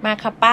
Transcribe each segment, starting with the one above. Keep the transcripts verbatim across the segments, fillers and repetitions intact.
มาค่ะป้า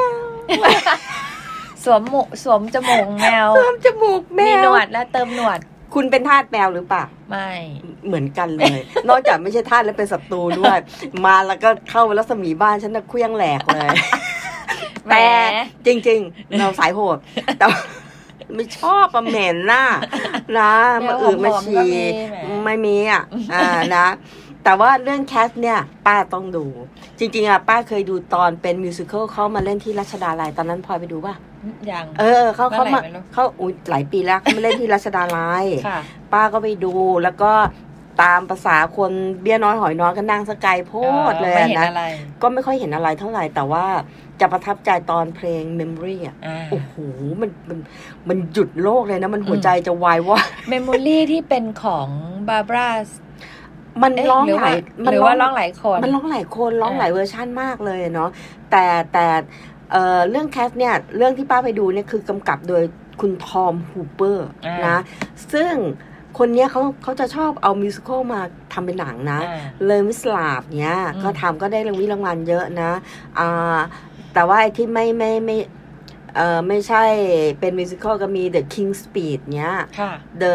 สวมหมูสวมจมูกแมวสวมจมูกแมวมีหนวดและเติมหนวดคุณเป็นทาสแมวหรือเปล่าไม่เหมือนกันเลย นอกจากไม่ใช่ทาสแล้วเป็นศัตรูด้วย มาแล้วก็เข้ารัศมีบ้านฉันน่ะเคลี้ยงแหลกเลยแต่จริงๆเราสายโหดแต่ไม่ชอบอะเหม็นน่ะนะมาอึมาฉี่ไม่มีอ่ะอ่านะแต่ว่าเรื่องแคสเนี่ยป้าต้องดูจริงๆอ่ะป้าเคยดูตอนเป็นมิวสิควลเขามาเล่นที่รัชดาลัยตอนนั้นพลอยไปดูป่ะยังเออเขาเขามาเขาอุ้ยหลายปีแล้วเขามาเล่นที่รัชดาลัยป้าก็ไปดูแล้วก็ตามภาษาคนเบี้ยน้อยหอยน้อยก็นั่งสกายโพดเลยนะก็ไม่ค่อยเห็นอะไรเท่าไหร่แต่ว่าจะประทับใจตอนเพลง Memory อ่ะโอ้โหมันมันมันหยุดโลกเลยนะมันหัวใจจะวายว่า Memory ที่เป็นของบาร์บรามันร้องหลายมันร้องร้องหลายคนมันร้องหลายคนร้องหลายเวอร์ชั่นมากเลยเนาะแต่แต่เอ่อเรื่องแคสเนี่ยเรื่องที่ป้าไปดูเนี่ยคือกำกับโดยคุณทอมฮูเปอร์นะซึ่งคนเนี้ยเขาเขาจะชอบเอามิวสิควลมาทำเป็นหนังนะเลมิสลาฟเนี้ยก็ทำก็ได้รางวัลรางวัลเยอะนะอ่าแต่ว่าไอ้ที่ไม่ไม่ไม่เอ่อไม่ใช่เป็นมิวสิควลก็มี The King's Speech เนี้ย The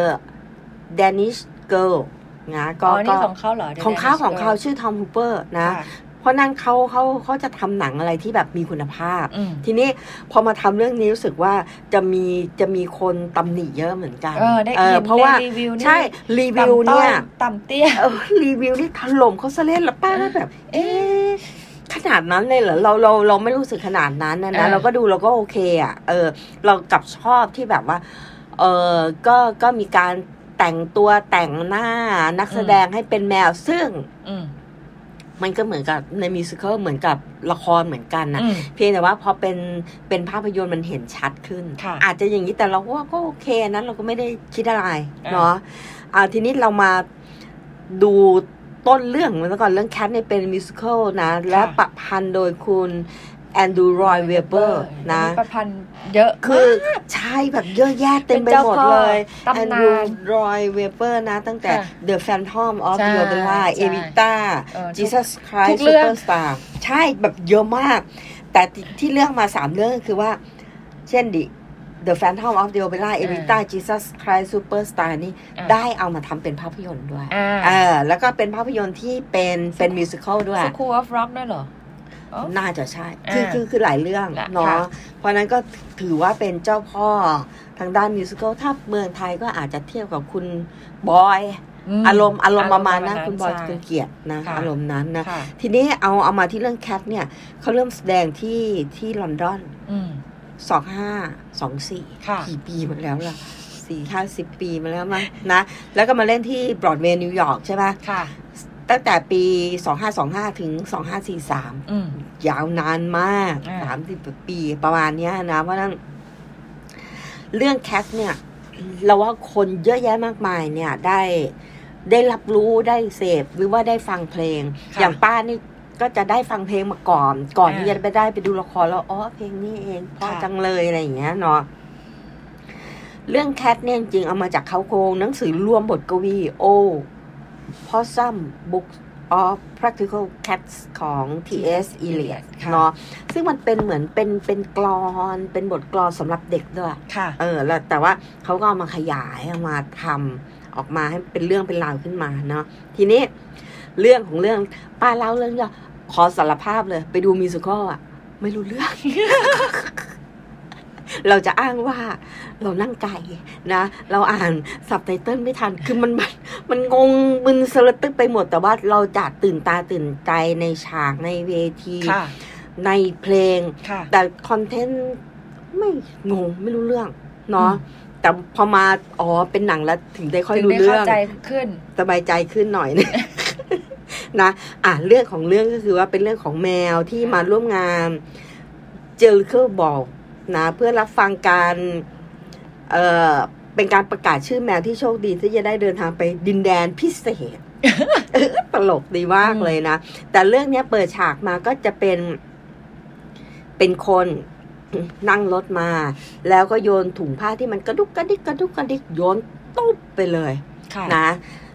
Danish Girl นะก็ก็ของเขาเหรอของเขาของเขาชื่อทอมฮูเปอร์นะเพราะนั้นเขาเขาเขาจะทำหนังอะไรที่แบบมีคุณภาพทีนี้พอมาทำเรื่องนี้รู้สึกว่าจะมีจะมีคนตำหนิเยอะเหมือนกันเออได้เห็นเพราะว่าใช่รีวิวเนี่ยต่ำเตี้ยรีวิวนี่ถล่มเขาซะเล่นละป้าแบบเอ๊ะขนาดนั้นเลยเหรอเราเราเราไม่รู้สึกขนาดนั้นนะนะเราก็ดูเราก็โอเคอ่ะเออเรากลับชอบที่แบบว่าเออก็ก็มีการแต่งตัวแต่งหน้านักแสดงให้เป็นแมวซึ่งมันก็เหมือนกับในมิวสิควลเหมือนกับละครเหมือนกันนะเพียงแต่ว่าพอเป็นเป็นภาพยนตร์มันเห็นชัดขึ้นอาจจะอย่างนี้แต่เราว่าก็โอเคนั้นเราก็ไม่ได้คิดอะไรเนาะอ่าทีนี้เรามาดูต้นเรื่องมันก่อนเรื่องแคทเนี่ยเป็นมิวสิควลนะและประพันธ์โดยคุณแอนดรูว์ รอยเวเบอร์นะประพันธ์เยอะคือใช่แบบเยอะแยะเต็มไปหมดเลยแอนดรูว์ รอยเวเบอร์นะตั้งแต่ The Phantom of the Opera Evita Jesus Christ Superstar ใช่แบบเยอะมากแต่ที่เลือกมาสามเรื่องคือว่าเช่นดิ The Phantom of the Opera Evita Jesus Christ Superstar นี่ได้เอามาทำเป็นภาพยนตร์ด้วยเออแล้วก็เป็นภาพยนตร์ที่เป็นเป็นมิวสิควลด้วย School of Rock ด้วยเหรอน่าจะใช่คือคือคือหลายเรื่องเนาะเพราะนั้นก็ถือว่าเป็นเจ้าพ่อทางด้านมิวสิควลถ้าเมืองไทยก็อาจจะเทียบกับคุณบอยอารมณ์อารมณ์ประมาณนั้นคุณบอยคุณเกียรตินะอารมณ์นั้นนะทีนี้เอาเอามาที่เรื่องแคทเนี่ยเขาเริ่มแสดงที่ที่ลอนดอนสองห้าสองสี่กี่ปีมาแล้วล่ะสี่ห้าสิบปีมาแล้วมั้งนะแล้วก็มาเล่นที่บรอดเวย์นิวยอร์กใช่ไหมตั้งแต่ปีสองห้าสองห้าถึงสองห้าสี่สามยาวนานมากสามสิบปีประมาณนี้นะเพราะนั้นเรื่องแคทเนี่ยเราว่าคนเยอะแยะมากมายเนี่ยได้ได้รับรู้ได้เสพหรือว่าได้ฟังเพลงอย่างป้านี่ก็จะได้ฟังเพลงมาก่อนก่อนที่จะไปได้ไปดูละครแล้วอ๋อเพลงนี้เองเพราะจังเลยอะไรอย่างเงี้ยเนาะเรื่องแคทเนี่ยจริงๆเอามาจากเขาโครงหนังสือรวมบทกวีโอPossum Books of Practical Cats ของ ที เอส Eliot เนาะซึ่งมันเป็นเหมือนเป็นเป็นกลอนเป็นบทกลอนสำหรับเด็กด้วยเออแล้วแต่ว่าเขาก็เอามาขยายเอามาทำออกมาให้เป็นเรื่องเป็นราวขึ้นมาเนาะทีนี้เรื่องของเรื่องป้าเล่าเรื่องย่อขอสารภาพเลยไปดูมิวสิควลอ่ะไม่รู้เรื่อง เราจะอ้างว่าเรานั่งไกลนะเราอ่านซับไตเติลไม่ทันคือมันมันมันงงมึนสลัดตึกไปหมดแต่ว่าเราจะตื่นตาตื่นใจในฉากในเวทีในเพลงแต่คอนเทนต์ไม่งงไม่รู้เรื่องเนาะแต่พอมาอ๋อเป็นหนังแล้วถึงได้ค่อยรู้เรื่องเข้าใจขึ้นสบายใจขึ้นหน่อยนะนะอ่ะเรื่องของเรื่องก็คือว่าเป็นเรื่องของแมวที่มาร่วมงานเจลเคอร์บอลนะเพื่อรับฟังการเอ่อเป็นการประกาศชื่อแมวที่โชคดีที่จะได้เดินทางไปดินแดนพิเศษ ตลกดีมากเลยนะแต่เรื่องนี้เปิดฉากมาก็จะเป็นเป็นคนนั่งรถมาแล้วก็โยนถุงผ้าที่มันกระดุกกระดิกกระดุกกระดิกโยนตุ๊บไปเลยนะ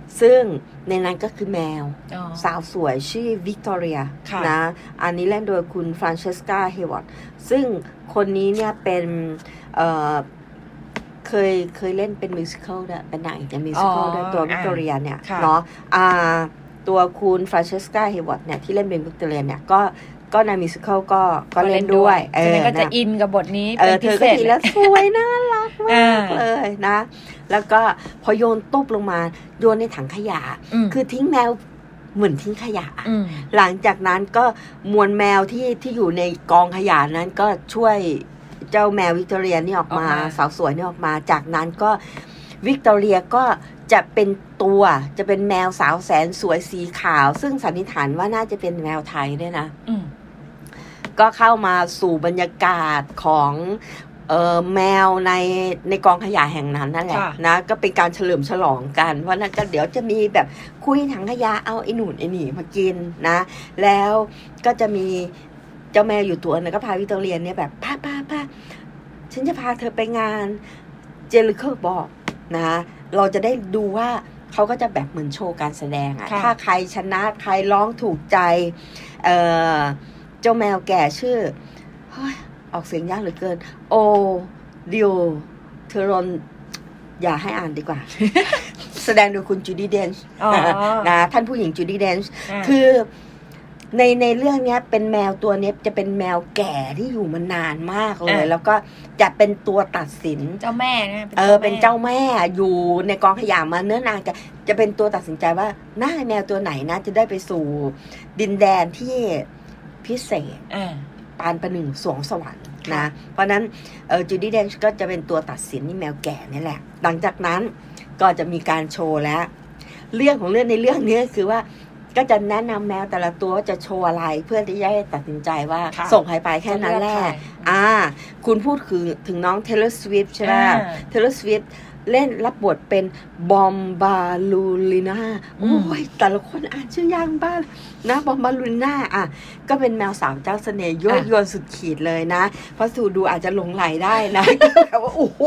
ซึ่งในนั้นก็คือแมวอ๋อสาวสวยชื่อวิกตอเรียค่ะนะอันนี้เล่นโดยคุณฟรานเชสกาเฮวอตซึ่งคนนี้เนี่ยเป็นเอ่อเคยเคยเล่นเป็นมิวสิควลด้วยเป็นนางเอกในมิวสิควลด้วยตัววิกตอเรียเนี่ยค่ะเนาะอ่าตัวคุณฟรานเชสกาเฮวอตเนี่ยที่เล่นเป็นวิกตอเรียเนี่ยก็ก็ในมิวสิควลก็ก็เล่นด้วยเอฉะอนั้นก็จะนะอินกับบทนี้เอเป็นอเธพิอเศก็ษทีแล้วสวยน่ารักมากเลยนะ แล้วก็พอโยนตุ๊บลงมาโยนในถังขยะอืมคือทิ้งแมวเหมือนทิ้งขยะอืมหลังจากนั้นก็มวลแมวที่ที่อยู่ในกองขยะนั้นก็ช่วยเจ้าแมววิกตอเรียนี่ออกมาออกมาสาวสวยนี่ออกมาจากนั้นก็วิกตอเรียก็จะเป็นตัวจะเป็นแมวสาวแสนสวยสีขาว ซึ่งสันนิษฐานว่าน่าจะเป็นแมวไทยด้วยนะอืมก็เข้ามาสู่บรรยากาศของเออแมวในในกองขยะแห่งนั้นนั่นแหละค่ะนะก็เป็นการเฉลิมฉลองกันเพราะนั้นก็เดี๋ยวจะมีแบบคุยถังขยะเอาไอ้หนุนไอ้หนีมากินนะ แล้วก็จะมีเจ้าแมวอยู่ตัวนึงก็พาวิกตอเรียเนี่ยแบบป้าป้าป้าฉันจะพาเธอไปงานเจลิเคิลบอกนะเราจะได้ดูว่าเขาก็จะแบบเหมือนโชว์การแสดงอะค่ะถ้าใครชนะใครร้องถูกใจเอ่อเจ้าแมวแก่ชื่อเฮ้ยออกเสียงยากเหลือเกินโอดิโอเทอรอนอย่าให้อ่านดีกว่า แสดงโดยคุณจูดี้เดนช์อ๋อนะท่านผู้หญิงจูดี้เดนช์าคือในในเรื่องนี้เป็นแมวตัวนี้จะเป็นแมวแก่ที่อยู่มานานมากเลยอ่ะแล้วก็จะเป็นตัวตัดสินเจ้าแม่นะเออเป็นเจ้าแม่อยู่ในกองขยะมาเนื้อนานจะจะเป็นตัวตัดสินใจว่าหน้าแมวตัวไหนนะจะได้ไปสู่ดินแดนที่พิเศษอ่าปานประหนึ่งสวงสวรรค์นะเพราะนั้นเออจูดี้เดนช์ก็จะเป็นตัวตัดสินนี่แมวแก่นี่แหละหลังจากนั้นก็จะมีการโชว์แล้ว เรื่องของเรื่องในเรื่องนี้ก็คือว่าก็จะแนะนำแมวแต่ละตัวว่าจะโชว์อะไรเพื่อที่จะให้ตัดสินใจว่าค่ะส่งใครไปแค่นั้นแหละจะเลือกใครอ่าคุณพูดคือถึงน้อง Taylor Swift ใช่ไหมอ่า Taylor Swift เล่นรับบทเป็นบอมบาลูลิน่าอืโอ้มยแต่ละคนอ่านชื่อยากบ้านนะบอมบาลูลิน่าอ่ะก็เป็นแมวสาวเจ้าเสน่ห์ยั่วยวนสุดขีดเลยนะเพราะสูดูอาจจะหลงไหลได้นะ แบบว่าโอ้โห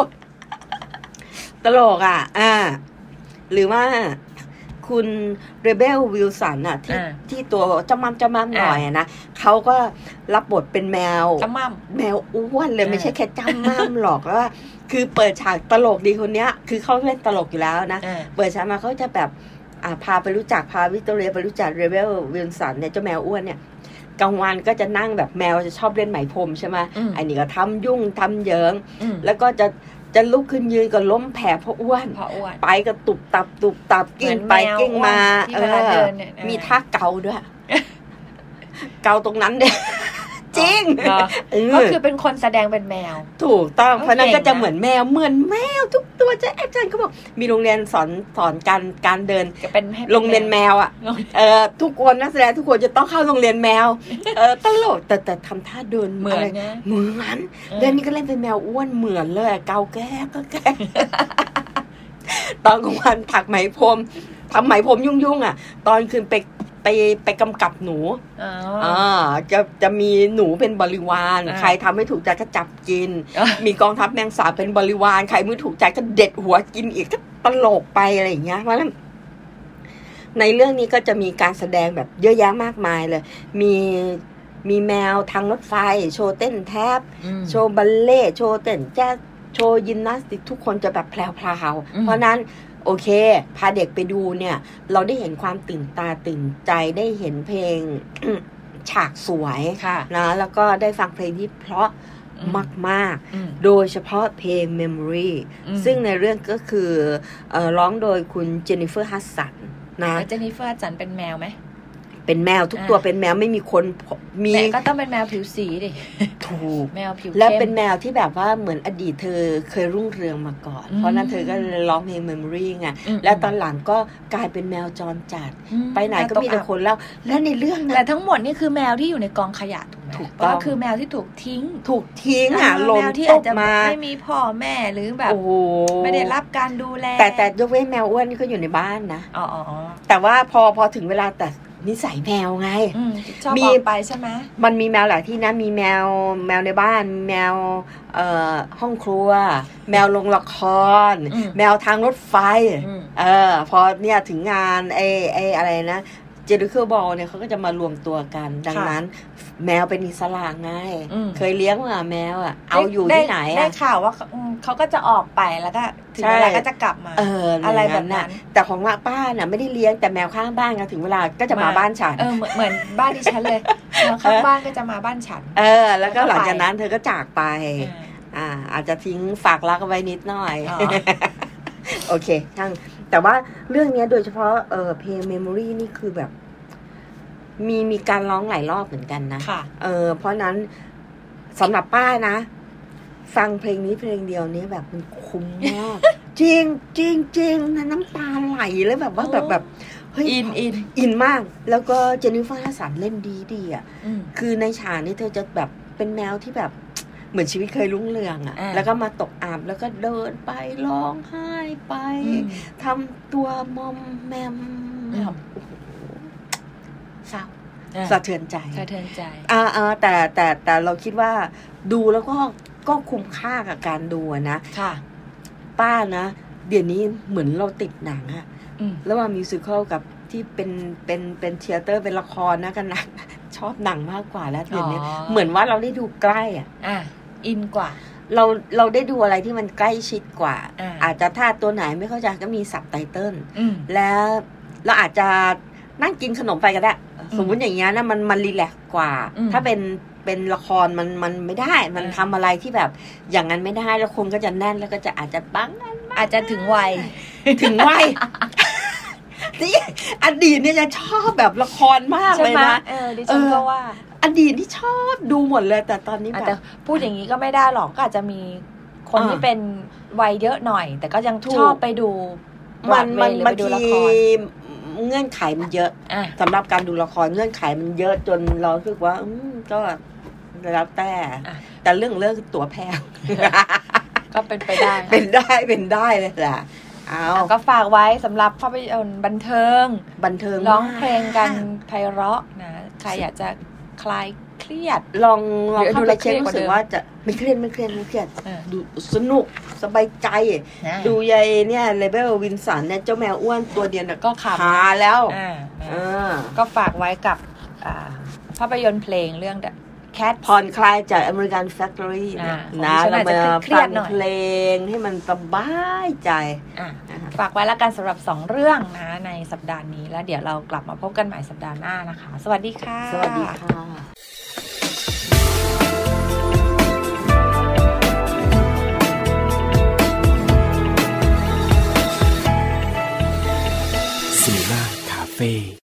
ตลกอ่ะอ่าหรือว่าคุณเรเบลวิลสันอ่ะที่อ่าที่ตัวเจ้ามั่มเจ้ามั่มหน่อยอะนะเขาก็รับบทเป็นแมวจำมั่มแมวอ้วนเลยอ่าไม่ใช่แค่จ้ำม่ามหรอกว่าคือเปิดฉากตลกดีคนเนี้ย คือเขาเล่นตลกอยู่แล้วนะอ่าเปิดฉากมาเขาจะแบบอ่าพาไปรู้จักพาวิกตอเรียไปรู้จักเรเบลวิลสันเนี่ยเจ้าแมวอ้วนเนี่ยกลางวันก็จะนั่งแบบแมวจะชอบเล่นไหมพรมใช่ไหมอืมไอ้นี่ก็ทำยุ่งทำเหยิงอืมแล้วก็จะจะลุกขึ้นยืนก็ล้มแผลเพราะอ้วนเพราะอ้วนไปก็ตุบตับตุบตับกิ้งไปเหมือนแมวกิ้งมาอ้วนที่เวลาเดินเนี่ยมีท่าเกาด้วย เกาตรงนั้นเนี่ยจริงเหรอเออก็คือเป็นคนแสดงเป็นแมวถูกต้องโอเคเพราะนั้นก็จะนะเหมือนแมวเหมือนแมวทุกตัวจะอาจารย์ก็บอกมีโรงเรียนสอนสอนการการเดินจะเป็นให้โรงเรียนแมวอ่ะโรงเรียนเออทุกคนนักแสดงทุกคนจะต้องเข้าโรงเรียนแมวเออตลกแต่แต่ทำท่าเดินเหมือนอะไรนะเหมือนเรื่องนี้ก็เล่นเป็นแมวอ้วนเหมือนเลยเกาแก้ก็แก้ ตอนกลางวันถักไหมพรมทำไหมพรมยุ่งๆอ่ะ ตอนคืนไปไปไปกำกับหนูอ๋ออ่าจะจะมีหนูเป็นบริวารอ่าใครทำไม่ถูกใจก็จับกินอ่ะมีกองทัพแมงสาบเป็นบริวารใครไม่ถูกใจก็เด็ดหัวกินอีกก็ตลกไปอะไรอย่างเงี้ยเพราะฉะนั้นในเรื่องนี้ก็จะมีการแสดงแบบเยอะแยะมากมายเลย มีมีแมวทางรถไฟ โชว์เต้นแทบอืมโชว์บัลเล่ต์โชว์เต้นแจ๊สโชว์ยิมนาสติกทุกคนจะแบบแพรวอืมๆเพราะนั้นโอเค พาเด็กไปดูเนี่ย เราได้เห็นความตื่นตาตื่นใจได้เห็นเพลง ฉากสวยค่ะนะแล้วก็ได้ฟังเพลงที่เพราะอืมมากอืมๆ โดยเฉพาะเพลง Memory อืมซึ่งในเรื่องก็คือเอ่อร้องโดยคุณเจนนิเฟอร์ฮัสสันนะแล้วเจนนิเฟอร์จันเป็นแมวไหมเป็นแมวทุกอ่าตัวเป็นแมวไม่มีคนมีแมวก็ต้องเป็นแมวผิวสีดิถูกแมวผิวและเข้มเป็นแมวที่แบบว่าเหมือนอดีตเธอเคยรุ่งเรืองมาก่อนอืมเพราะนั้นเธอก็เลยร้องเพลง Memory ไงอืมและตอนหลังก็กลายเป็นแมวจรจัดอืมไปไหนก็มีแต่คนเล่าและในเรื่องแต่นั้นทั้งหมดนี่คือแมวที่อยู่ในกองขยะถูกไหมถูกต้องก็คือแมวที่ถูกทิ้งถูกทิ้งอ่ะอ่าหล่นแมวที่ตอาจกจะมาไม่มีพ่อแม่หรือแบบโอ้โหไม่ได้รับการดูแลแต่แต่ยกเว้นแมวอ้วนนี่ก็อยู่ในบ้านนะอ๋ออ๋ออ๋อแต่ว่าพอพอถึงเวลาแต่นิสัยแมวไงชอบออกไปใช่ไหมมันมีแมวหลายที่นะมีแมวแมวในบ้านแมวเอ่อห้องครัวแมวโรงละครแมวทางรถไฟเออพอเนี่ยถึงงานไอ้ไอ้อะไรนะเจดูเคอร์บอลเนี่ยเขาก็จะมารวมตัวกันดังนั้นแมวเป็นอิสระไงเคยเลี้ยงว่าแมวอ่ะเอาอยู่ที่ไหนได้ข่าวว่าเขาก็จะออกไปแล้วก็ถึงเวลาก็จะกลับมาเอออะไรแบบนั้นแต่ของละป้าน่ะไม่ได้เลี้ยงแต่แมวข้างบ้านก็ถึงเวลาก็จะมาบ้านฉันเออเหมือนบ้านดิฉันเลยแมวข้างบ้านก็จะมาบ้านฉันเออแล้วก็หลังจากนั้นเธอก็จากไปอ่าอาจจะทิ้งฝากรักเอาไว้นิดหน่อยโอเคช่างแต่ว่าเรื่องนี้โดยเฉพาะเออเพลง Memory นี่คือแบบมีมีการร้องหลายรอบเหมือนกันนะเออเพราะนั้นสำหรับป้านะฟังเพลงนี้เพลงเดียวนี้แบบมันคุ้มมาก จริงจริงจริงนะน้ำตาไหลเลยแบบว่าแบบแบบเฮ้ยอินอินอินมากแล้วก็เจนนิเฟอร์ฮัสสันเล่นดีดีอ่ะคือในฉากนี้เธอจะแบบเป็นแมวที่แบบเหมือนชีวิตเคยรุ่งเรืองอ่ะแล้วก็มาตกอับแล้วก็เดินไปร้องไห้ไปทำตัวมอมแมมแบบเศร้าสะเทือนใจสะเทือนใจอ่าอ่าแต่แต่แต่เราคิดว่าดูแล้วก็ก็คุ้มค่ากับการดูนะค่ะป้านะเดี๋ยวนี้เหมือนเราติดหนังอะแล้วว่ามิวสิคัลกับที่เป็นเป็นเป็นเธียเตอร์เป็นละครนะกันหนังชอบหนังมากกว่าแล้วเดี๋ยวนี้เหมือนว่าเราได้ดูใกล้อ่ะอ่ะอินกว่าเราเราได้ดูอะไรที่มันใกล้ชิดกว่า อ, อาจจะถ้าตัวไหนไม่เข้าใจก็มีซับไตเติลแล้วเราอาจจะนั่งกินขนมไปก็ได้สมมุติอย่างเงี้ยนะมันมันรีแลกซ์กว่าถ้าเป็นเป็นละครมันมันไม่ได้มันทำอะไรที่แบบอย่างนั้นไม่ได้แล้วคนก็จะแน่นแล้วก็จะอาจจะบังอาจจะถึงวัยถึงวัยนี่อดีตเนี่ยจะชอบแบบละครมากเลยนะเออดิฉันก็ว่าอดีตที่ชอบดูหมดเลยแต่ตอนนี้แบบพูดอย่างนี้ก็ไม่ได้หรอกก็อาจจะมีคนที่เป็นวัยเยอะหน่อยแต่ก็ยังชอบไปดูมันมันบางทีเงื่อนไขมันเยอะสำหรับการดูละครเงื่อนไขมันเยอะจนเราคิดว่าก็แล้วแต่แต่เรื่องเรื่องตั๋วแพงก็เป็นไปได้เป็นได้เป็นได้เลยแหละเอาก็ฝากไว้สำหรับภาพยนตร์บันเทิงบันเทิงร้องเพลงกันไพเราะนะใครอยากจะคลายเครียดลองลองเข้าไปเช็ครู้สึกว่าจะไม่เครียดไม่เครียดไม่เครียดดูสนุกสบายใจดูยายเนี่ยเลเบลวินสันเนี่ยเจ้าแมวอ้วนตัวเดียวก็ขาแล้วก็ฝากไว้กับภาพยนตร์เพลงเรื่องแคทผ่อนคลายจาก American Factory นะเรามาฟังเพลงให้มันสบายใจฝากไว้แล้วกันสำหรับสองเรื่องนะในสัปดาห์นี้แล้วเดี๋ยวเรากลับมาพบกันใหม่สัปดาห์หน้านะคะสวัสดีค่ะสวัสดีค่ะซีมาคาเฟ่